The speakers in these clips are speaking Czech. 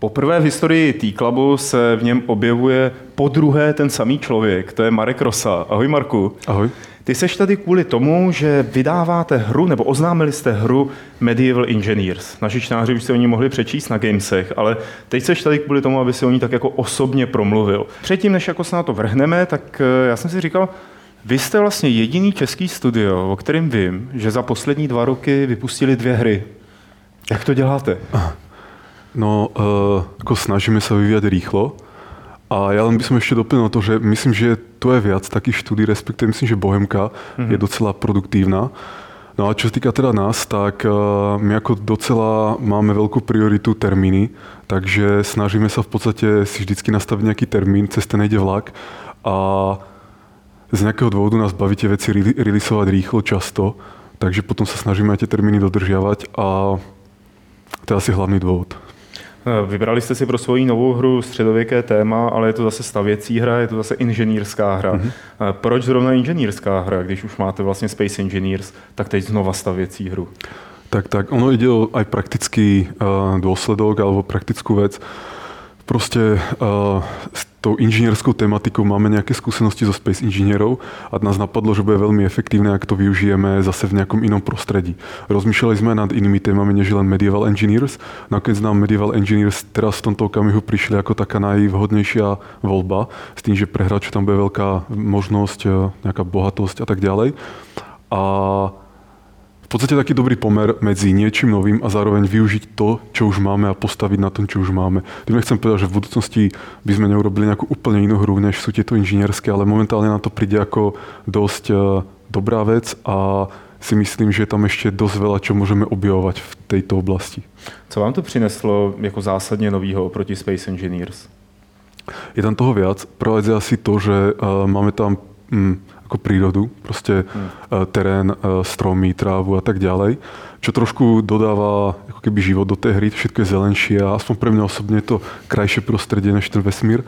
Poprvé v historii T-Clubu se v něm objevuje podruhé ten samý člověk, to je Marek Rosa. Ahoj Marku. Ahoj. Ty seš tady kvůli tomu, že vydáváte hru, nebo oznámili jste hru Medieval Engineers. Naši čtenáři už se o ní mohli přečíst na Gamesech, ale teď seš tady kvůli tomu, aby si o ní tak jako osobně promluvil. Předtím, než jako se na to vrhneme, tak já jsem si říkal, vy jste vlastně jediný český studio, o kterém vím, že za poslední 2 roky vypustili 2 hry. Jak to děláte? No, ako snažíme sa vyvíjať rýchlo. A ja len by som ešte doplnil to, že myslím, že to je viac takých štúdí, respektíve myslím, že Bohemka je docela produktívna. No a čo sa týka teda nás, tak my ako docela máme veľkú prioritu termíny, takže snažíme sa v podstate si vždycky nastaviť nejaký termín, cez ten nejde vlak a z nejakého dôvodu nás baví tie veci releaseovať rýchlo, často, takže potom sa snažíme aj tie termíny dodržiavať a to je asi hlavný dôvod. Vybrali jste si pro svoji novou hru středověké téma, ale je to zase stavěcí hra, je to zase inženýrská hra. Proč zrovna inženýrská hra, když už máte vlastně Space Engineers, tak teď znova stavěcí hru? Tak, ono ide o aj praktický dôsledok alebo praktickú vec. Proste s tou inžinierskou tematikou máme nejaké skúsenosti so Space Engineerov a nás napadlo, že bude veľmi efektívne, ak to využijeme zase v nejakom inom prostredí. Rozmýšľali sme nad inými témami, než len Medieval Engineers. Nakoniec nám Medieval Engineers teraz v tomto okamihu prišli ako taká najvhodnejšia voľba, s tým, že pre hráčov tam bude veľká možnosť, nejaká bohatosť a tak ďalej. A v podstate taký dobrý pomer medzi niečím novým a zároveň využiť to, čo už máme a postaviť na tom, čo už máme. Tým nechcem povedať, že v budúcnosti by sme neurobili nejakú úplne inú hru, než sú tieto inžinierské, ale momentálne nám to príde ako dosť dobrá vec a si myslím, že je tam ešte dosť veľa, čo môžeme objavovať v tejto oblasti. Co vám to přineslo jako zásadně novýho oproti Space Engineers? Je tam toho viac. Prvá vec je asi to, že máme tam ako prírodu, proste terén, stromy, trávu a tak ďalej, čo trošku dodáva ako keby život do tej hry, všetko je zelenšie a aspoň pre mňa osobne je to krajšie prostredie než ten vesmír.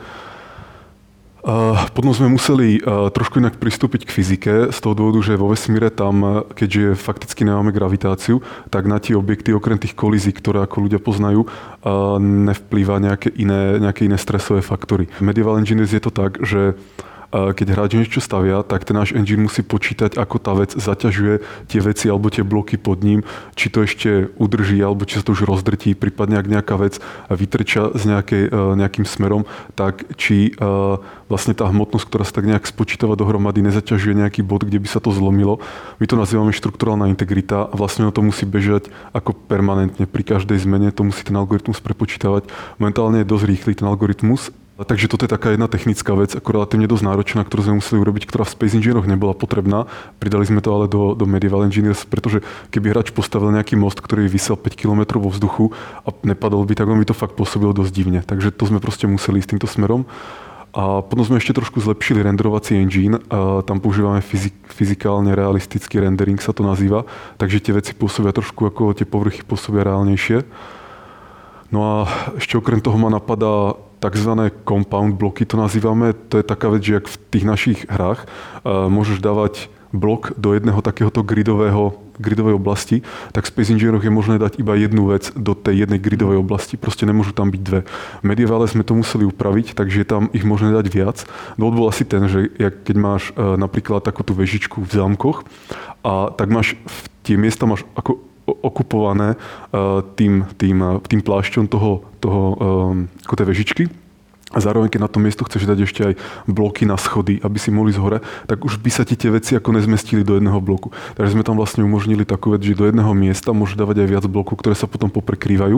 Potom sme museli trošku inak pristúpiť k fyzike, z toho dôvodu, že vo vesmíre tam, keďže fakticky nemáme gravitáciu, tak na tie objekty, okrem tých kolízií, ktoré ako ľudia poznajú, nevplýva nejaké iné stresové faktory. V Medieval Engineers je to tak, že keď hráč niečo stavia, tak ten náš engine musí počítať, ako tá vec zaťažuje tie veci alebo tie bloky pod ním, či to ešte udrží, alebo či sa to už rozdrtí, prípadne ak nejaká vec vytrča z nejakým smerom, tak či vlastne tá hmotnosť, ktorá sa tak nejak spočítava dohromady, nezaťažuje nejaký bod, kde by sa to zlomilo. My to nazývame štrukturálna integrita a vlastne to musí bežať ako permanentne. Pri každej zmene to musí ten algoritmus prepočítavať. Momentálne je dosť rýchly ten algoritmus. Takže toto je taká jedna technická vec, ako relatívne dosť náročná, ktorú sme museli urobiť, ktorá v Space Engineeroch nebola potrebná. Pridali sme to ale do Medieval Engineers, pretože keby hráč postavil nejaký most, ktorý vysel 5 km vo vzduchu a nepadol by, tak on by to fakt pôsobilo dosť divne. Takže to sme proste museli ísť týmto smerom. A potom sme ešte trošku zlepšili renderovací engine. Tam používame fyzikálne realistický rendering, sa to nazýva. Takže tie veci pôsobia trošku ako tie povrchy pôsobia reálnejšie. No a ešte okrem toho ma napadá takzvané compound bloky, to nazývame. To je taká vec, že ak v tých našich hrách môžeš dávať blok do jedného takéhoto gridovej oblasti, tak v Space Engineeroch je možné dať iba jednu vec do tej jednej gridovej oblasti. Proste nemôžu tam byť 2. V Medievale sme to museli upraviť, takže je tam ich možné dať viac. Dôvod bol asi ten, že keď máš napríklad takú tú vežičku v zámkoch, tak máš tie miesta máš ako okupované tým plášťom toho ako tej vežičky. A zároveň, keď na to miesto chceš dať ešte aj bloky na schody, aby si mohli z hore, tak už by sa ti tie veci ako nezmestili do jedného bloku. Takže sme tam vlastne umožnili takú vec, že do jedného miesta môžeš dávať aj viac blokov, ktoré sa potom poprekrývajú.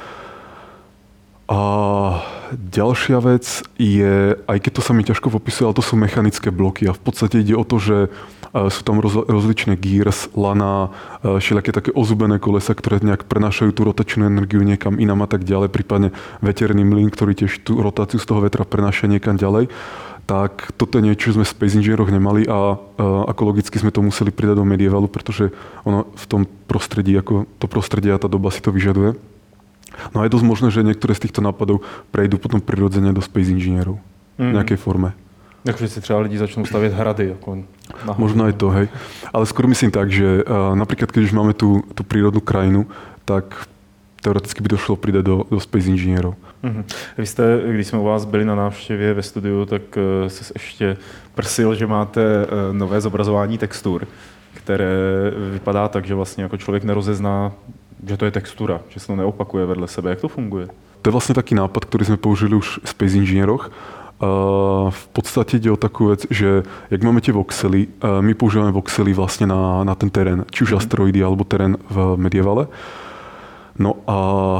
A ďalšia vec je, aj keď to sa mi ťažko popisuje, ale to sú mechanické bloky a v podstate ide o to, že sú tam rozličné gears, lana, všelijaké také ozubené kolesa, ktoré nejak prenášajú tú rotačnú energiu niekam inam a tak ďalej, prípadne veterný mlyn, ktorý tiež tú rotáciu z toho vetra prenáša niekam ďalej. Tak toto je niečo, čo sme v Space Engineeroch nemali a ako logicky sme to museli pridať do Medievalu, pretože ono v tom prostredí, ako to prostredie a tá doba si to vyžaduje. No a je dosť možné, že niektoré z týchto nápadov prejdú potom prirodzene do Space Engineerov v nejakej forme. Takže si třeba lidi začnou stavět hrady. Jako možno aj to, hej. Ale skôr myslím tak, že napríklad keď už máme tú prírodnú krajinu, tak teoreticky by to šlo pridať do space inžinierov. Vy jste, když jsme u vás byli na návštěvě ve studiu, tak se ještě prsil, že máte nové zobrazování textur, které vypadá tak, že vlastně jako člověk nerozezná, že to je textura, že se to neopakuje vedle sebe. Jak to funguje? To je vlastně taký nápad, který jsme použili už v space inžinieroch. V podstate ide o takú vec, že jak máme tie voxely, my používame voxely vlastne na ten terén, či už asteroidy alebo terén v Medievale. No a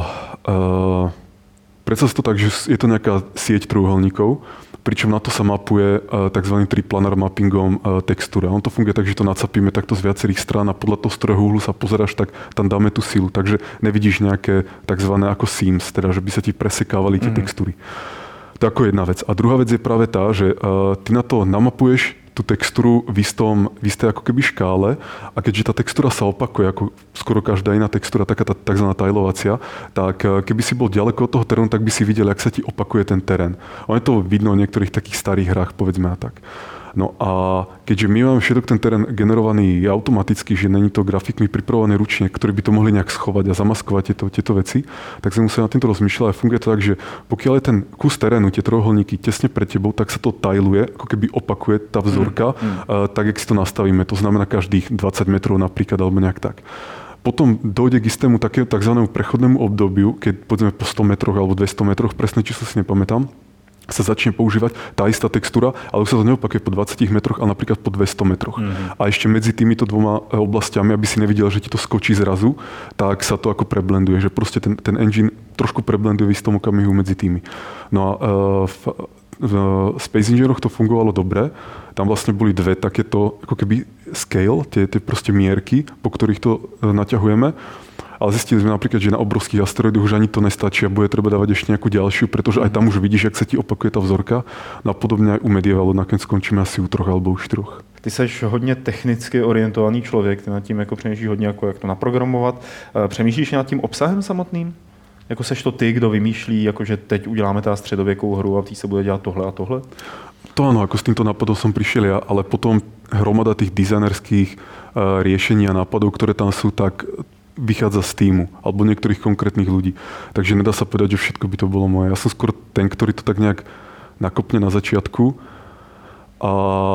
predstav si to tak, že je to nejaká sieť trojuholníkov, pričom na to sa mapuje tzv. Triplanar mappingom textúra. On to funguje tak, že to nacapíme takto z viacerých strán a podľa toho, z ktorého uhlu sa pozeráš, tak tam dáme tú silu. Takže nevidíš nejaké tzv. Ako seams, teda že by sa ti presekávali tie textúry. To je ako jedna vec. A druhá vec je práve tá, že ty na to namapuješ tú textúru v istej ako keby škále a keďže tá textúra sa opakuje, ako skoro každá iná textúra, taká tá tzv. Tileovacia, tak keby si bol ďaleko od toho terénu, tak by si videl, jak sa ti opakuje ten terén. Ono je to vidno v niektorých takých starých hrách, povedzme a tak. No a keďže my máme všetok ten terén generovaný automaticky, že není to grafikmi pripravované ručne, ktorí by to mohli nejak schovať a zamaskovať tieto veci, tak sme museli nad týmto rozmýšľať a funguje to tak, že pokiaľ je ten kus terénu, tie trojuholníky tesne pred tebou, tak sa to tajluje, ako keby opakuje tá vzorka, tak jak si to nastavíme. To znamená každých 20 metrov napríklad, alebo nejak tak. Potom dojde k istému takého takzvanému prechodnému obdobiu, keď povedzme po 100 metroch alebo 200 metroch, presné číslo si nepamätám, sa začne používať tá istá textúra, ale už sa to neopakuje po 20 metroch, ale napríklad po 200 metroch. A ešte medzi týmito dvoma oblastiami, aby si nevidel, že ti to skočí zrazu, tak sa to ako preblenduje, že proste ten engine trošku preblenduje v istom okamihu medzi tými. No a v Space Engineeroch to fungovalo dobre. Tam vlastne boli dve takéto ako keby scale, tie proste mierky, po ktorých to naťahujeme. Ale zistili sme napríklad, že na obrovských asteroidoch už ani to nestačí a bude treba dávať ešte nejakú ďalšiu, pretože aj tam už vidíš, jak sa ti opakuje tá vzorka. No a podobne aj u Medievalu, nakoniec skončíme asi u 3 alebo u 4. Ty seš hodně technicky orientovaný člověk, ty nad tím jako přemýšlíš hodně, jako jak to naprogramovat. Přemýšlíš nad tím obsahem samotným? Jako seš to ty, kdo vymýšlí, jako že teď uděláme tá středověkou hru a v té se bude dělat tohle a tohle? To áno, ako s týmto nápadom som prišiel ja, ale potom hromada tých dizajnerských riešení a nápadov, ktoré tam sú, tak vychádza z týmu alebo niektorých konkrétnych ľudí. Takže nedá sa povedať, že všetko by to bolo moje. Ja som skôr ten, ktorý to tak nejak nakopne na začiatku a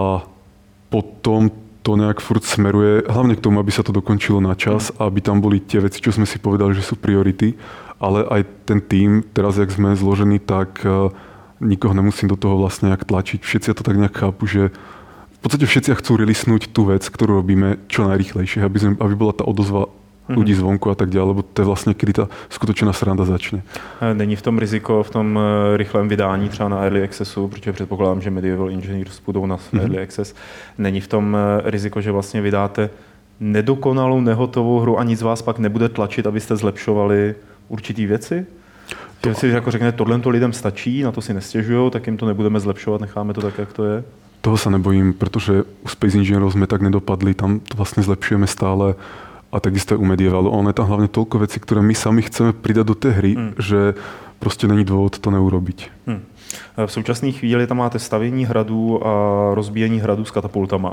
potom to nejak furt smeruje, hlavne k tomu, aby sa to dokončilo na čas a aby tam boli tie veci, čo sme si povedali, že sú priority, ale aj ten tím, teraz jak sme zložení, tak nikoho nemusím do toho vlastne nejak tlačiť. Všetci to tak nejak chápu, že v podstate všetci chcú releasnúť tú vec, ktorú robíme čo najrýchlejšie, aby bola tá odozva ľudí zvonku a tak ďalej, lebo to je vlastně, kdy ta skutečná sranda začne. Není v tom riziko v tom rychlém vydání třeba na Early Accessu, protože předpokládám, že Medieval Engineers půjdou na Early Access. Není v tom riziko, že vlastně vydáte nedokonalou, nehotovou hru a nic vás pak nebude tlačit, abyste zlepšovali určitý věci? Že si jako řekne, tohle to lidem stačí, na to si nestěžujou, tak jim to nebudeme zlepšovat, necháme to tak, jak to je? Toho sa nebojím, protože u Space Engineerov sme tak nedopadli, tam to vlastne zlepšujeme stále. A takisto aj u Medievalu. Ono je tam hlavne toľko vecí, ktoré my sami chceme pridať do té hry, že prostě není dôvod to neurobiť. V současné chvíli tam máte stavění hradů a rozbíjení hradů s katapultama.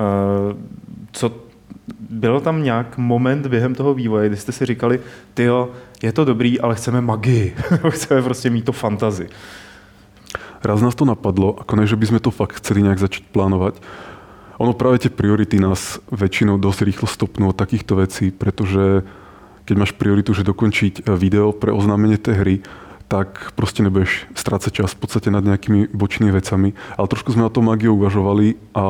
Byl tam nějak moment během toho vývoje, kdy jste si říkali, tyjo, je to dobrý, ale chceme magii. Chceme prostě mít to fantasy. Raz nás to napadlo, ako ne, že by sme to fakt chceli nejak začať plánovať. Ono práve tie priority nás väčšinou dosť rýchlo stopnú od takýchto vecí, pretože keď máš prioritu, že dokončiť video pre oznámenie tej hry, tak proste nebudeš strácať čas v podstate nad nejakými bočnými vecami. Ale trošku sme na to magiou uvažovali a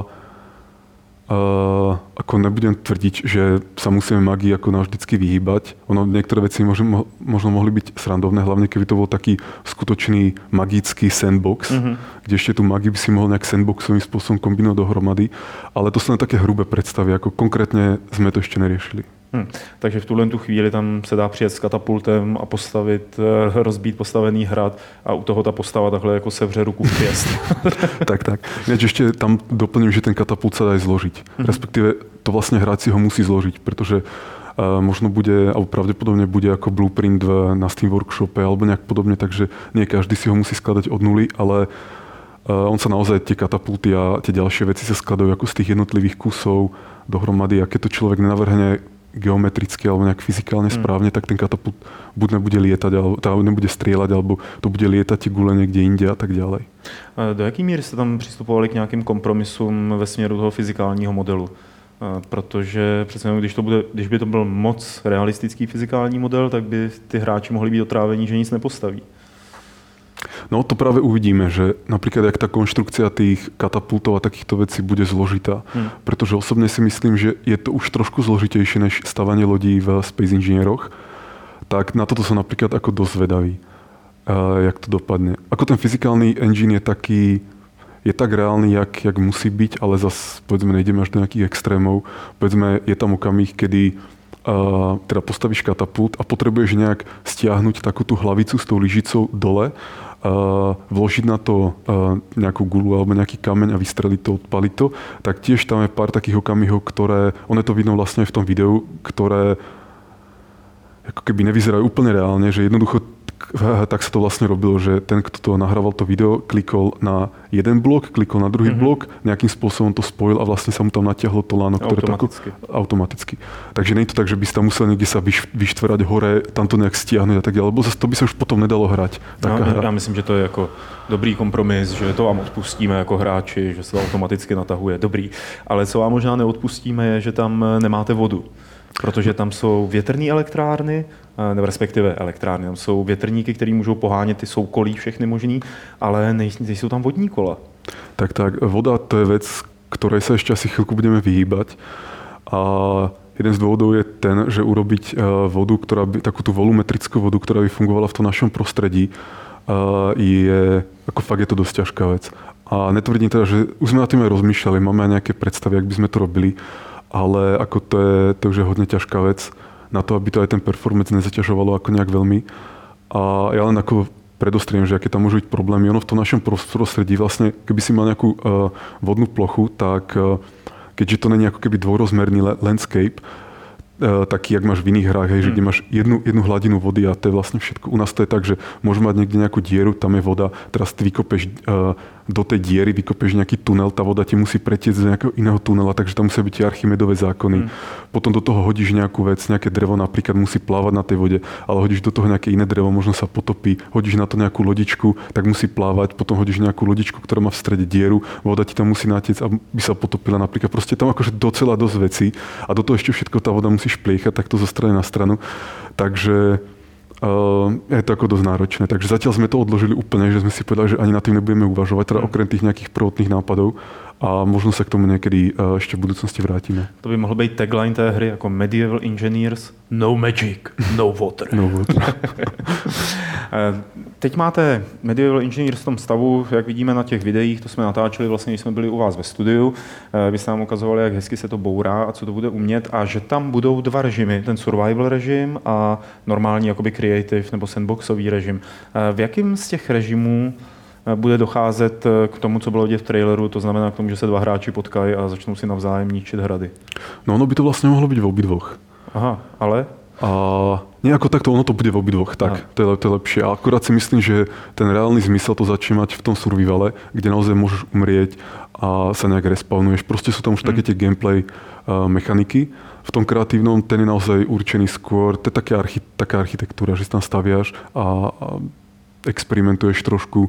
ako nebudem tvrdiť, že sa musíme magii ako navždycky vyhýbať. Ono niektoré veci možno mohli byť srandovné, hlavne keby to bol taký skutočný magický sandbox, kde ešte tú magii by si mohol nejak sandboxovým spôsobom kombinovať dohromady, ale to sú len také hrubé predstavy, ako konkrétne sme to ešte neriešili. Takže v tuhle chvíli tam se dá přijet s katapultem a postavit, rozbít postavený hrad a u toho ta postava takhle jako sevře ruku v pěst. tak. Ináč ešte tam doplním, že ten katapult sa dá aj zložiť. Respektíve to vlastne hráč si ho musí zložiť, pretože možno bude, alebo pravdepodobne bude ako blueprint na Steam Workshope alebo nejak podobne, takže nie každý si ho musí skladať od nuly, ale on sa naozaj, tie katapulty a tie ďalšie veci sa skladajú ako z tých jednotlivých kusov dohromady a keď to človek nenavrhne geometricky alebo nejak fyzikálne správne, tak ten katapult buď nebude lietať, alebo nebude strieľať, alebo to bude lietať tie gule niekde inde a tak ďalej. Do jaký míry jste tam přistupovali k nějakým kompromisům ve směru toho fyzikálního modelu? Protože přece jenom, když by to byl moc realistický fyzikální model, tak by ty hráči mohli být otrávení, že nic nepostaví. No to práve uvidíme, že napríklad jak tá konštrukcia tých katapultov a takýchto vecí bude zložitá. Pretože osobne si myslím, že je to už trošku zložitejšie než stavanie lodí v Space Engineeroch. Tak na toto som napríklad ako dosť vedavý, jak to dopadne. Ako ten fyzikálny engine je tak reálny, jak musí byť, ale zase povedzme nejdeme až do nejakých extrémov. Povedzme je tam okamih, kedy teda postavíš katapult a potrebuješ nejak stiahnuť takú tú hlavicu s tou lyžicou dole, vložiť na to nejakú gulu alebo nejaký kameň a vystreliť to, odpaliť to, tak tiež tam je pár takých okamihov, ktoré, ono je to vidno vlastne aj v tom videu, ktoré ako keby nevyzerajú úplne reálne, že jednoducho tak sa to vlastne robilo, že ten, kto to nahrával to video, klikol na jeden blok, klikol na druhý blok, nejakým spôsobom to spojil a vlastne sa mu tam natiahlo to láno, ktoré automaticky. Takže nie je to tak, že by si tam musel niekde sa vyštverať hore, tam to nejak stiahnuť a tak ďalej, lebo zase to by sa už potom nedalo hrať. Já myslím, že to je jako dobrý kompromis, že to vám odpustíme jako hráči, že se to automaticky natahuje, dobrý. Ale co vám možná neodpustíme je, že tam nemáte vodu. Protože tam jsou větrné elektrárny, nebo respektive elektrárny, tam jsou větrníky, které můžou pohánět ty soukolí všechny možný, ale nejsou tam vodní kola. Tak, voda to je vec, ktorej sa ešte asi chvíľku budeme vyhýbať. A jeden z dôvodov je ten, že urobiť vodu, takú tú volumetrickú vodu, ktorá by fungovala v tom našom prostredí, fakt je to dosť ťažká vec. A netvrdím teda, že už sme na tým aj rozmýšľali, máme aj nejaké predstavy, jak by sme to robili, ale ako to už je hodne ťažká vec na to, aby to aj ten performance nezaťažovalo ako nejak veľmi. A ja len ako predostriem, že aké tam môžu byť problémy. Ono v tom našom prostredí vlastne, keby si mal nejakú vodnú plochu, tak keďže to není ako keby dvojrozmerný landscape, taký, jak máš v iných hrách, hej, že kde máš jednu hladinu vody a to je vlastne všetko. U nás to je tak, že môžeš mať niekde nejakú dieru, tam je voda, teraz ty vykopeš do tej diery, vykopeš nejaký tunel, tá voda ti musí pretiecť z nejakého iného tunela, takže tam musia byť tie Archimedové zákony. Potom do toho hodíš nejakú vec, nejaké drevo napríklad musí plávať na tej vode, ale hodíš do toho nejaké iné drevo, možno sa potopí, hodíš na to nejakú lodičku, tak musí plávať, potom hodíš nejakú lodičku, ktorá má v strede dieru, voda ti tam musí natiecť, aby sa potopila napríklad. Proste tam akože docela dosť vecí a do toho ešte všetko tá voda musí špliechať takto zo strany na stranu. Takže je to ako dosť náročné. Takže zatiaľ sme to odložili úplne, že sme si povedali, že ani na tým nebudeme uvažovať, teda okrem tých nejakých prvotných nápadov a možno sa k tomu niekedy ešte v budúcnosti vrátime. To by mohl být tagline té hry jako Medieval Engineers, no magic, no water. No water. Teď máte Medieval Engineers v tom stavu, jak vidíme na těch videích, to jsme natáčeli vlastně, když jsme byli u vás ve studiu. Vy jste nám ukazovali, jak hezky se to bourá a co to bude umět a že tam budou dva režimy, ten survival režim a normální jakoby creative nebo sandboxový režim. V jakém z těch režimů bude docházet k tomu, co bylo vidět v traileru, to znamená k tomu, že se dva hráči potkají a začnou si navzájem ničit hrady? No ono by to vlastne mohlo byť v obidvoch. Aha, ale? A nejako takto, ono to bude v obidvoch, tak to je lepšie. A akurát si myslím, že ten reálny zmysel to začne mať v tom survivale, kde naozaj môžeš umrieť a sa nejak respawnuješ. Proste sú tam už také tie gameplay mechaniky. V tom kreatívnom ten je naozaj určený skôr, to je taká architektúra, že si tam staviaš a experimentuješ trošku.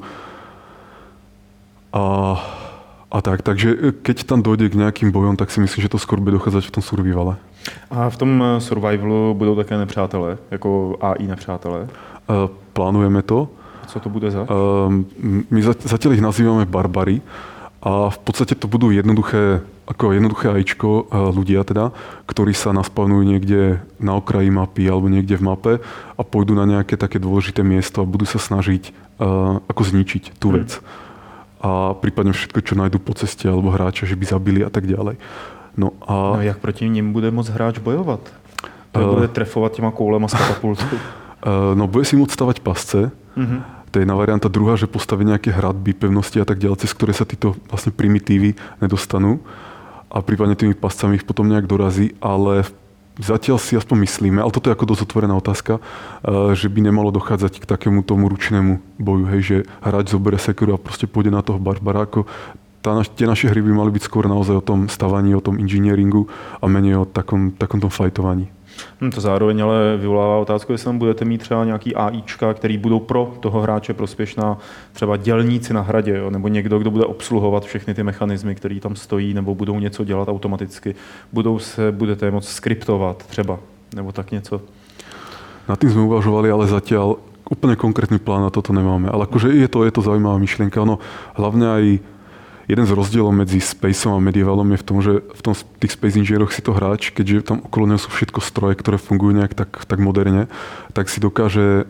A tak, takže keď tam dojde k nejakým bojom, tak si myslím, že to skôr bude dochádzať v tom survivale. A v tom survivalu budou také nepřátelé, jako AI nepřátelé? Plánujeme to. Co to bude za? My zatiaľ ich nazývame barbary a v podstate to budú jednoduché AIčko, ľudia teda, ktorí sa naspavnujú niekde na okraji mapy alebo niekde v mape a pôjdu na nejaké také dôležité miesto a budú sa snažiť ako zničiť tú vec. A prípadne všetko, čo nájdu po ceste alebo hráča, že by zabili a tak ďalej. No jak proti ním bude moc hráč bojovat? To bude trefovat těma koulema z katapultu? No bude si môcť stavať pasce. To je jedna varianta. Druhá, že postaví nejaké hradby, pevnosti a tak ďalej, cez ktoré sa títo vlastne primitívy nedostanú. A prípadne tými pascami ich potom nejak dorazí, ale zatiaľ si aspoň myslíme, ale toto je ako dosť otvorená otázka, že by nemalo dochádzať k takému tomu ručnému boju, hej, že hráč zobere sekeru a proste pôjde na toho barbara. Tie naše hry by mali byť skôr naozaj o tom stavaní, o tom engineeringu a menej o takom tom fajtovaní. To zároveň ale vyvolává otázku, jestli tam budete mít třeba nějaký AIčka, který budou pro toho hráče prospěšná, třeba dělníci na hradě, jo? Nebo někdo, kdo bude obsluhovat všechny ty mechanismy, které tam stojí, nebo budou něco dělat automaticky. Budete moct skriptovat třeba, nebo tak něco. Na tým sme uvažovali, ale zatiaľ úplne konkrétny plán na toto nemáme. Ale akože je to zaujímavá myšlienka. Ono, hlavne aj jeden z rozdielov medzi Spaceom a Medievalom je v tom, že v tých Space Engineeroch si to hráč, keďže tam okolo neho sú všetko stroje, ktoré fungujú nejak tak moderne, tak si dokáže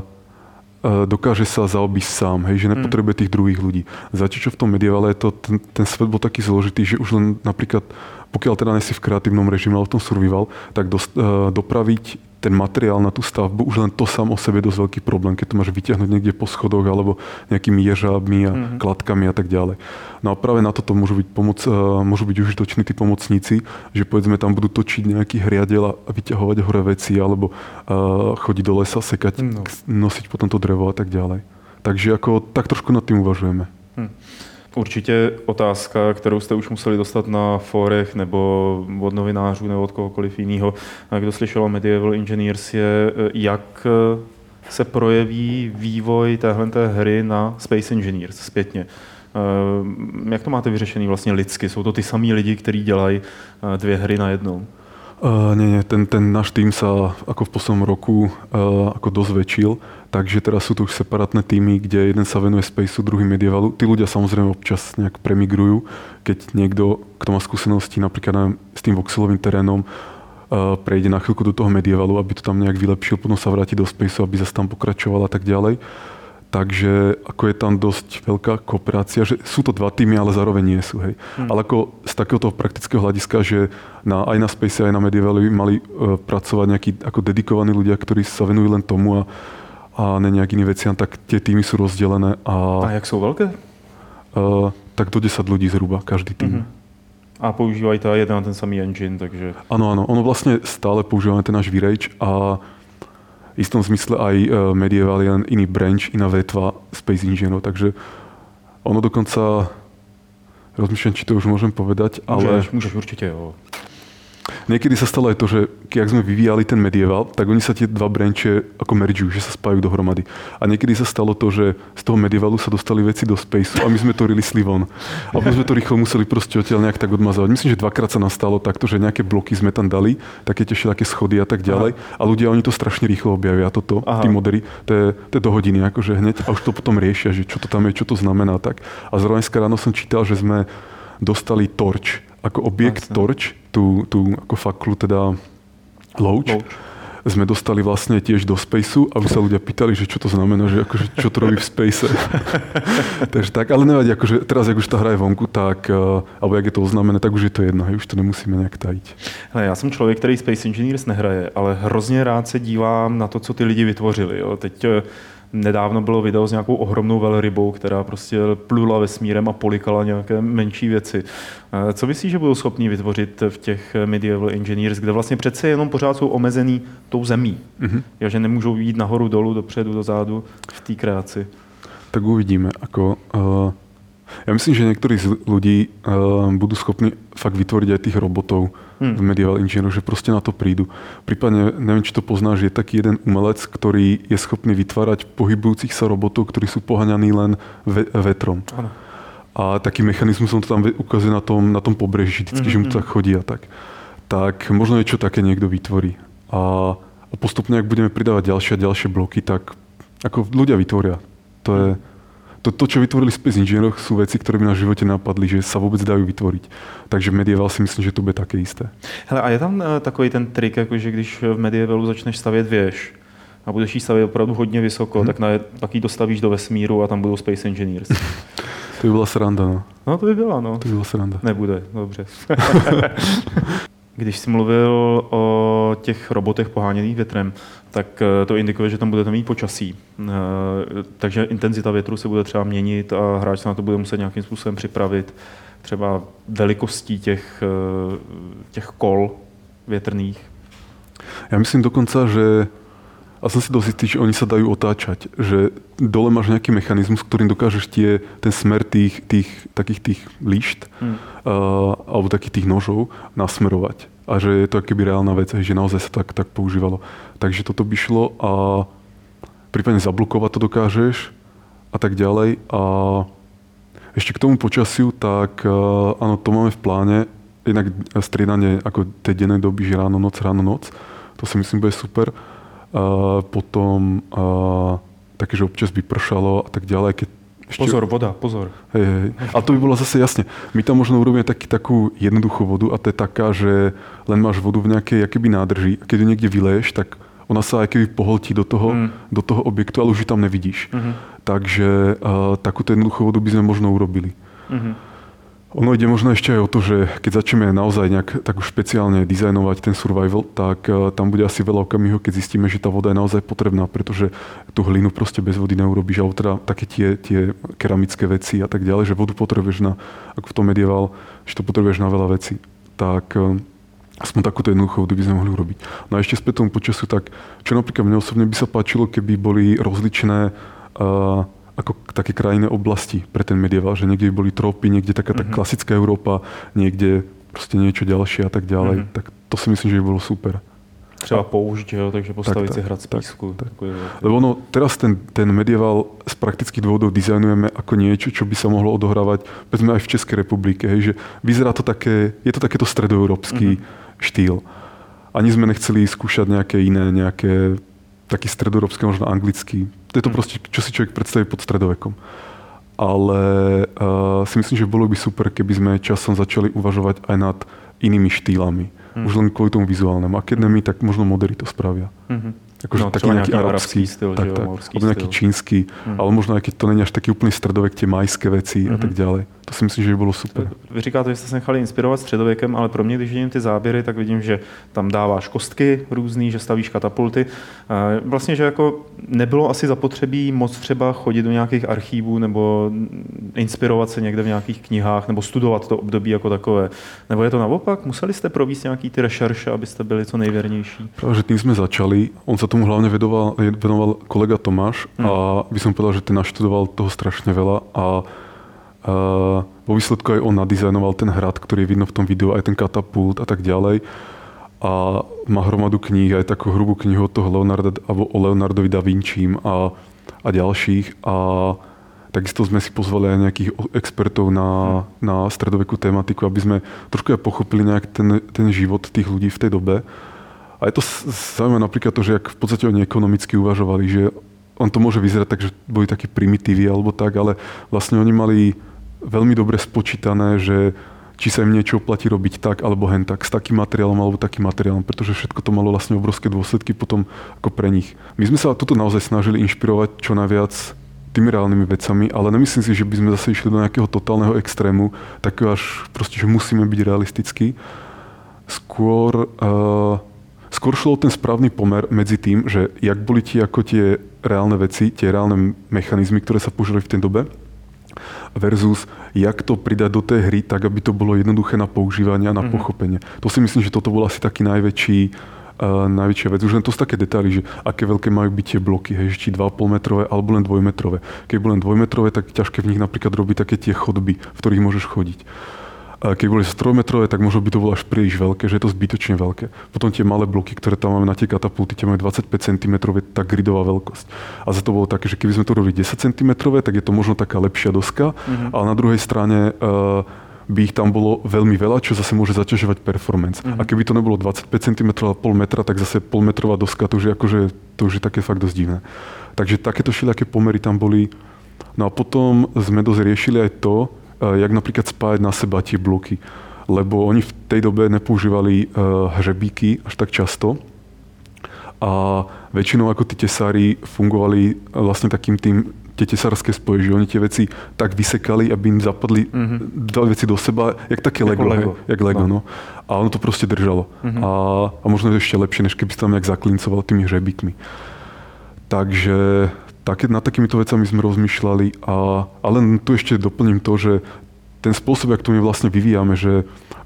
sa zaobísť sám, hej, že nepotrebuje tých druhých ľudí. Zatiaľ, čo v tom Medievale je to, ten svet bol taký zložitý, že už len napríklad, pokiaľ teda nesi v kreatívnom režime, ale v tom survival, tak dopraviť ten materiál na tú stavbu, už len to sám o sebe je dosť veľký problém, keď to máš vyťahnuť niekde po schodoch alebo nejakými ježábmi a kladkami a tak ďalej. No a práve na toto môžu byť užitoční tí pomocníci, že povedzme tam budú točiť nejaký hriadel a vyťahovať hore veci alebo chodiť do lesa, sekať, nosiť potom to drevo a tak ďalej. Takže ako tak trošku nad tým uvažujeme. Určitě otázka, kterou jste už museli dostat na fórech nebo od novinářů nebo od kohokoliv jiného. Kdo slyšel o Medieval Engineers je, jak se projeví vývoj téhleté hry na Space Engineers zpětně. Jak to máte vyřešený vlastně lidsky? Jsou to ty samý lidi, kteří dělají dvě hry na jednou? Nie, ten náš tým sa ako v poslednom roku ako dosť väčšil, takže teraz sú to už separátne týmy, kde jeden sa venuje Spaceu, druhý Medievalu. Tí ľudia samozrejme občas nejak premigrujú, keď niekto, kto má skúsenosti napríklad s tým voxelovým terénom, prejde na chvíľku do toho Medievalu, aby to tam nejak vylepšil, potom sa vráti do Spaceu, aby zase tam pokračoval a tak ďalej. Takže ako je tam dosť veľká kooperácia, že sú to dva týmy, ale zároveň nie sú. Hej. Ale ako z takéhoto praktického hľadiska, že aj na Space, aj na Medievali mali pracovať nejakí ako dedikovaní ľudia, ktorí sa venujú len tomu a ne nejak iným veciam, tak tie týmy sú rozdelené. A jak sú veľké? Tak do 10 ľudí zhruba, každý tým. A používají to jeden a ten samý engine, takže... Áno, ono vlastne stále používame ten náš V-Rage a v istom zmysle aj Medieval je len iný branch, iná vetva Space Engineerov, takže ono dokonca, rozmýšľam, či to už môžem povedať, ale... Môžeš určite, jo. Niekedy sa stalo aj to, že keď sme vyvíjali ten Medieval, tak oni sa tie dva branche ako mergujú, že sa spájajú dohromady. A niekedy sa stalo to, že z toho Medievalu sa dostali veci do Spaceu a my sme to rilisli von. A potom sme to rýchlo museli proste odtiaľ nejak tak odmazávať. Myslím, že dvakrát sa nastalo takto, že nejaké bloky sme tam dali, také tie všelijaké schody a tak ďalej. A ľudia, oni to strašne rýchlo objavia, toto, tí modery, to je do hodiny akože hneď a už to potom riešia, že čo to tam je, čo to znamená tak. A zrovna dneska ráno som čítal, že sme dostali Torch, ako objekt Torch, tú ako faklu, teda Loach, sme dostali vlastne tiež do Spaceu, aby sa ľudia pýtali, že čo to znamená, že akože, čo to robí v Space. Takže tak, ale nevadí, akože teraz, jak už tá hra je vonku, tak, alebo jak je to oznámené, tak už je to jedno, hej, už to nemusíme nejak tajiť. Hele, já jsem člověk, který Space Engineers nehraje, ale hrozně rád se dívám na to, co ty lidi vytvořili. Jo. Teď nedávno bylo video s nějakou ohromnou velrybou, která prostě plula vesmírem a polikala nějaké menší věci. Co myslíš, že budou schopni vytvořit v těch Medieval Engineers, kde vlastně přece jenom pořád jsou omezený tou zemí? Že nemůžou jít nahoru, dolů, dopředu, dozadu v té kreaci? Tak uvidíme. Ja myslím, že niektorí z ľudí budú schopní fakt vytvoriť aj tých robotov v Medieval Engineeroch, že proste na to prídu. Prípadne, neviem, či to poznáš, je taký jeden umelec, ktorý je schopný vytvárať pohybujúcich sa robotov, ktorí sú poháňaní len vetrom. Ano. A taký mechanizmus on to tam ukazuje na tom pobreží, vždycky, že mu to tak chodí a tak. Tak možno niečo také niekto vytvorí. A postupne, ak budeme pridávať ďalšie a ďalšie bloky, tak ako ľudia vytvoria. To je... To, čo vytvorili Space Engineeroch, sú veci, ktoré by na živote napadli, že sa vôbec dajú vytvoriť. Takže Medieval si myslím, že to bude také isté. Hele, a je tam takový ten trik, jakože když v Medievalu začneš stavět věž a budeš ji stavět opravdu hodně vysoko, tak ji dostavíš do vesmíru a tam budou Space Engineers. To by byla sranda, no. No, to by byla, no. To by byla sranda. Nebude, dobře. Když jsi mluvil o těch robotech poháněných větrem, tak to indikuje, že tam budete mít počasí. Takže intenzita větru se bude třeba měnit a hráč se na to bude muset nějakým způsobem připravit. Třeba velikostí těch kol větrných. Ja myslím dokonca, že a som si dosť istý, že oni sa dajú otáčať, že dole máš nejaký mechanizmus, ktorým dokážeš ten smer takých tých líšt alebo takých tých nožov nasmerovať. a že je to akoby reálna vec, že naozaj sa tak používalo. Takže toto by šlo a prípadne zablokovať to dokážeš a tak ďalej. A ešte k tomu počasiu, tak áno, to máme v pláne. Inak striedanie ako tej dennej doby, že ráno, noc. To si myslím, bude super. Potom také, že občas by pršalo a tak ďalej. Pozor, voda, pozor. Hej. A to by bolo zase jasne. My tam možno urobíme takú jednoduchú vodu a to je taká, že len máš vodu v nejakej akoby nádrži a keď ju niekde vyleješ, tak ona sa akoby pohltí do toho objektu, ale už ju tam nevidíš. Takže takúto jednoduchú vodu by sme možno urobili. Ono ide možno ešte aj o to, že keď začneme naozaj nejak tak už špeciálne dizajnovať ten survival, tak tam bude asi veľa okamihov, keď zistíme, že tá voda je naozaj potrebná, pretože tú hlinu proste bez vody neurobíš, alebo teda také tie keramické veci a tak ďalej, že vodu potrebuješ ako v tom medieval, že to potrebuješ na veľa vecí. Tak aspoň takúto jednoduchú vodu by sme mohli urobiť. No a ešte späť tomu počasu, tak čo napríklad mne osobne by sa páčilo, keby boli rozličné ako také krajinné oblasti pre ten medieval, že niekde boli trópy, niekde taká tá klasická Európa, niekde proste niečo ďalšie a tak ďalej. Tak to si myslím, že by bolo super. Třeba poušť, jo, takže postaviť si hrad z písku. Lebo ono, teraz ten medieval z praktických dôvodov dizajnujeme ako niečo, čo by sa mohlo odohrávať, povedzme aj v Českej republike, hej, že vyzerá to také, je to takéto stredoeurópsky štýl. Ani sme nechceli skúšať nejaké iné, taký stredoeurópsky, možno anglický. To je to proste, čo si človek predstaví pod stredovekom. Ale si myslím, že bolo by super, keby sme časom začali uvažovať aj nad inými štýlami. Už len kvôli tomu vizuálnemu. A keď my, tak možno modery to spravia. Akože taký nejaký arabský styl, alebo nejaký čínsky, ale možno aj keď to není až taký úplný stredovek, tie majské veci a tak ďalej. To si myslím, že by bylo super. Vy říkáte, že jste se nechali inspirovat středověkem, ale pro mě, když vidím ty záběry, tak vidím, že tam dáváš kostky různý, že stavíš katapulty. Vlastně, že jako nebylo asi zapotřebí moc třeba chodit do nějakých archívů nebo inspirovat se někde v nějakých knihách nebo studovat to období jako takové. Nebo je to naopak? Museli jste provést nějaký ty rešerše, abyste byli co nejvěrnější? Práve, že tým sme začali. On sa tomu hlavne venoval kolega Tomáš a by som povedal, že ten naštudoval toho strašne veľa a vo výsledku aj on nadizajnoval ten hrad, ktorý je vidno v tom videu, aj ten katapult a tak ďalej. A má hromadu kníh, aj takú hrubú knihu od toho o Leonardovi da Vinčím a ďalších. A takisto sme si pozvali aj nejakých expertov na stredovekú tematiku, aby sme trošku aj pochopili nejak ten život tých ľudí v tej dobe. A je to zaujímavé napríklad to, že jak v podstate oni ekonomicky uvažovali, že on to môže vyzerať tak, že boli takí primitívy alebo tak, ale vlastne oni mali veľmi dobre spočítané, že či sa im niečo oplatí robiť tak alebo hen tak, s takým materiálom alebo takým materiálom, pretože všetko to malo vlastne obrovské dôsledky potom ako pre nich. My sme sa toto naozaj snažili inšpirovať čo najviac tými reálnymi vecami, ale nemyslím si, že by sme zase išli do nejakého totálneho extrému, takého až proste, že musíme byť realistickí. Skôr šlo ten správny pomer medzi tým, že jak boli tie reálne veci, tie reálne mechanizmy, ktoré sa používali v tej dobe, versus jak to pridať do tej hry, tak aby to bolo jednoduché na používanie a na pochopenie. To si myslím, že toto bol asi taký najväčšia vec. Už len to sú také detaily, že aké veľké majú byť tie bloky, hej, či 2,5 metrové alebo len 2 metrové. Keď boli len 2 metrové, tak ťažké v nich napríklad robiť také tie chodby, v ktorých môžeš chodiť. Keď boli 3-metrové, tak možno by to bolo až príliš veľké, že je to zbytočne veľké. Potom tie malé bloky, ktoré tam máme na tie katapulty, tie majú 25 cm, tá gridová veľkosť. A za to bolo také, že keby sme to robili 10 cm, tak je to možno taká lepšia doska, ale na druhej strane by ich tam bolo veľmi veľa, čo zase môže zaťažovať performance. A keby to nebolo 25 cm a pol metra, tak zase polmetrová doska, to už je také fakt dosť divné. Takže takéto všelijaké pomery tam boli. No a potom sme dosť riešili aj to, jak napríklad spájať na seba tie bloky. Lebo oni v tej dobe nepoužívali hřebíky až tak často. A väčšinou ako tí tesári fungovali vlastne takým tie tesárske spoje, že oni tie veci tak vysekali, aby im zapadli dali veci do seba, jak také Lego. Jak Lego, no. A ono to proste držalo. A možno je ešte lepšie, než keby si tam nejak zaklincoval tými hřebíkmi. Takže nad takýmito vecami sme rozmýšľali, ale tu ešte doplním to, že ten spôsob, jak to my vlastne vyvíjame, že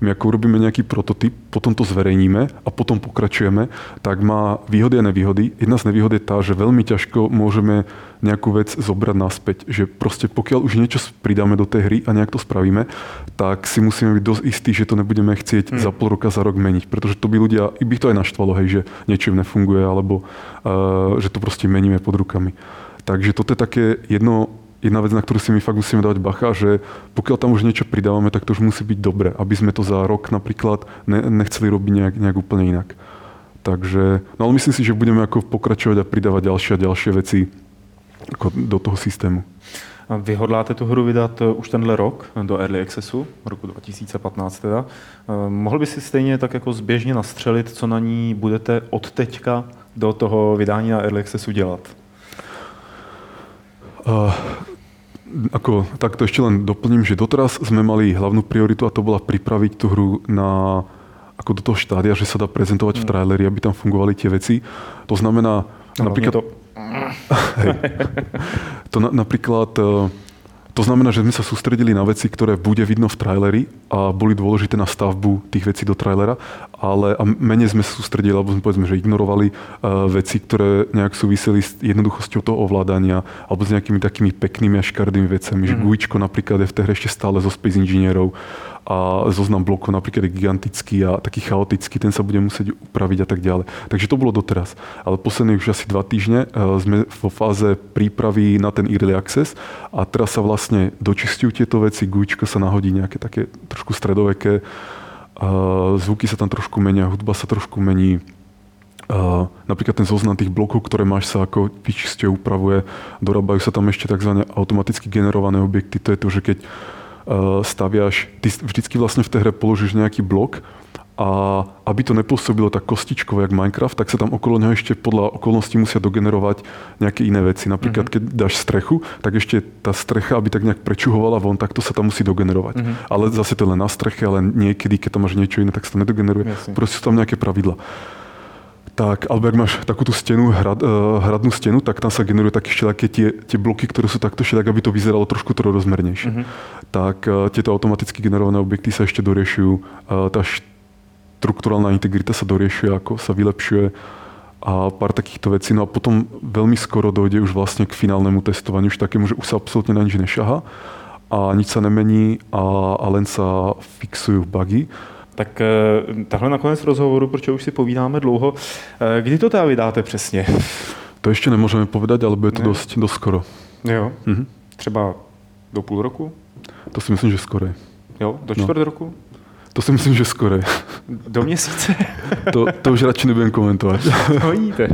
my ako urobíme nejaký prototyp, potom to zverejníme a potom pokračujeme, tak má výhody a nevýhody. Jedna z nevýhod je tá, že veľmi ťažko môžeme nejakú vec zobrať naspäť. Že proste pokiaľ už niečo pridáme do tej hry a nejak to spravíme, tak si musíme byť dosť istí, že to nebudeme chcieť za pol roka, za rok meniť. Pretože to by ľudia, by to aj naštvalo, hej, že niečo im nefunguje, alebo že to proste meníme pod rukami. Takže toto je také jedna vec, na ktorú si my fakt musíme dávať bacha, že pokiaľ tam už niečo pridávame, tak to už musí byť dobre, aby sme to za rok napríklad nechceli robiť nejak úplne inak. Takže, no ale myslím si, že budeme ako pokračovať a pridávať ďalšie a ďalšie veci ako do toho systému. A vy hodláte tu hru vydat už tenhle rok do Early Accessu, roku 2015 teda. Mohl by si stejně tak jako zběžně nastřelit, co na ní budete od teďka do toho vydání na Early Accessu dělat? Takto ešte len doplním, že doteraz sme mali hlavnú prioritu a to bola pripraviť tú hru do toho štádia, že sa dá prezentovať v traileri, aby tam fungovali tie veci. To znamená napríklad... To znamená, že sme sa sústredili na veci, ktoré bude vidno v traileri a boli dôležité na stavbu tých vecí do trailera, ale menej sme sa sústredili, alebo sme povedzme, že ignorovali veci, ktoré nejak súviseli s jednoduchosťou toho ovládania alebo s nejakými takými peknými a škaredými vecami, že GUIčko napríklad je v tej hre ešte stále zo Space Engineerov a zoznam blokov napríklad je gigantický a taký chaotický, ten sa bude musieť upraviť a tak ďalej. Takže to bolo doteraz. Ale posledných už asi 2 týždne sme vo fáze prípravy na ten Early Access a teraz sa vlastne dočistujú tieto veci, GUIčko sa nahodí nejaké také trošku stredoveké, zvuky sa tam trošku menia, hudba sa trošku mení. Napríklad ten zoznam tých blokov, ktoré máš, sa ako vyčistie upravuje, dorábajú sa tam ešte tzv. Automaticky generované objekty, to je to, že keď staviaš, ty vždycky vlastne v tej hre položíš nejaký blok a aby to nepôsobilo tak kostičkovo jak Minecraft, tak sa tam okolo neho ešte podľa okolností musia dogenerovať nejaké iné veci. Napríklad keď dáš strechu, tak ešte tá strecha, aby tak nejak prečuhovala von, tak to sa tam musí dogenerovať. Ale zase to len na streche, ale niekedy, keď tam máš niečo iné, tak sa to nedogeneruje. Jasne. Proste sú tam nejaké pravidla. Tak, alebo ak máš takú tú stenu, hradnú stenu, tak tam sa generujú také všelijaké tie bloky, ktoré sú takto všelijak, aby to vyzeralo trošku trojrozmernejšie. Tak tieto automaticky generované objekty sa ešte doriešujú. Tá štruktúrálna integrita sa doriešuje, ako sa vylepšuje a pár takýchto vecí. No a potom veľmi skoro dojde už vlastne k finálnemu testovaniu, už takému, že už sa absolútne na nič nešaha a nič sa nemení a len sa fixujú bugy. Tak tahle nakonec rozhovoru, protože už si povídáme dlouho. Kdy to teda vydáte přesně? To ještě nemůžeme povedať, ale bude to dost skoro. Jo? Třeba do půl roku? To si myslím, že skoro. Jo? Do čtvrt roku? To si myslím, že skoro. Do měsíce? To už radši nebudem komentovat. No vidíte.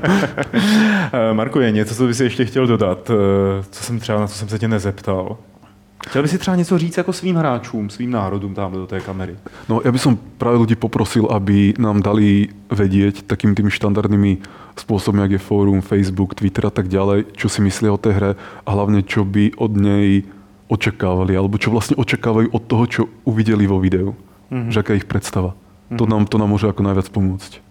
Marku, je něco, co by si ještě chtěl dodat? Na co jsem se tě nezeptal? Chtěl by si třeba něco říct jako svým hráčům, svým národům tamhle do té kamery? No ja by som práve ľudí poprosil, aby nám dali vedieť takými tými štandardnými spôsobmi, jak je fórum, Facebook, Twitter a tak ďalej, čo si myslia o tej hre a hlavne čo by od nej očakávali, alebo čo vlastne očakávajú od toho, čo uvideli vo videu. Že aká je ich predstava. To nám môže ako najviac pomôcť.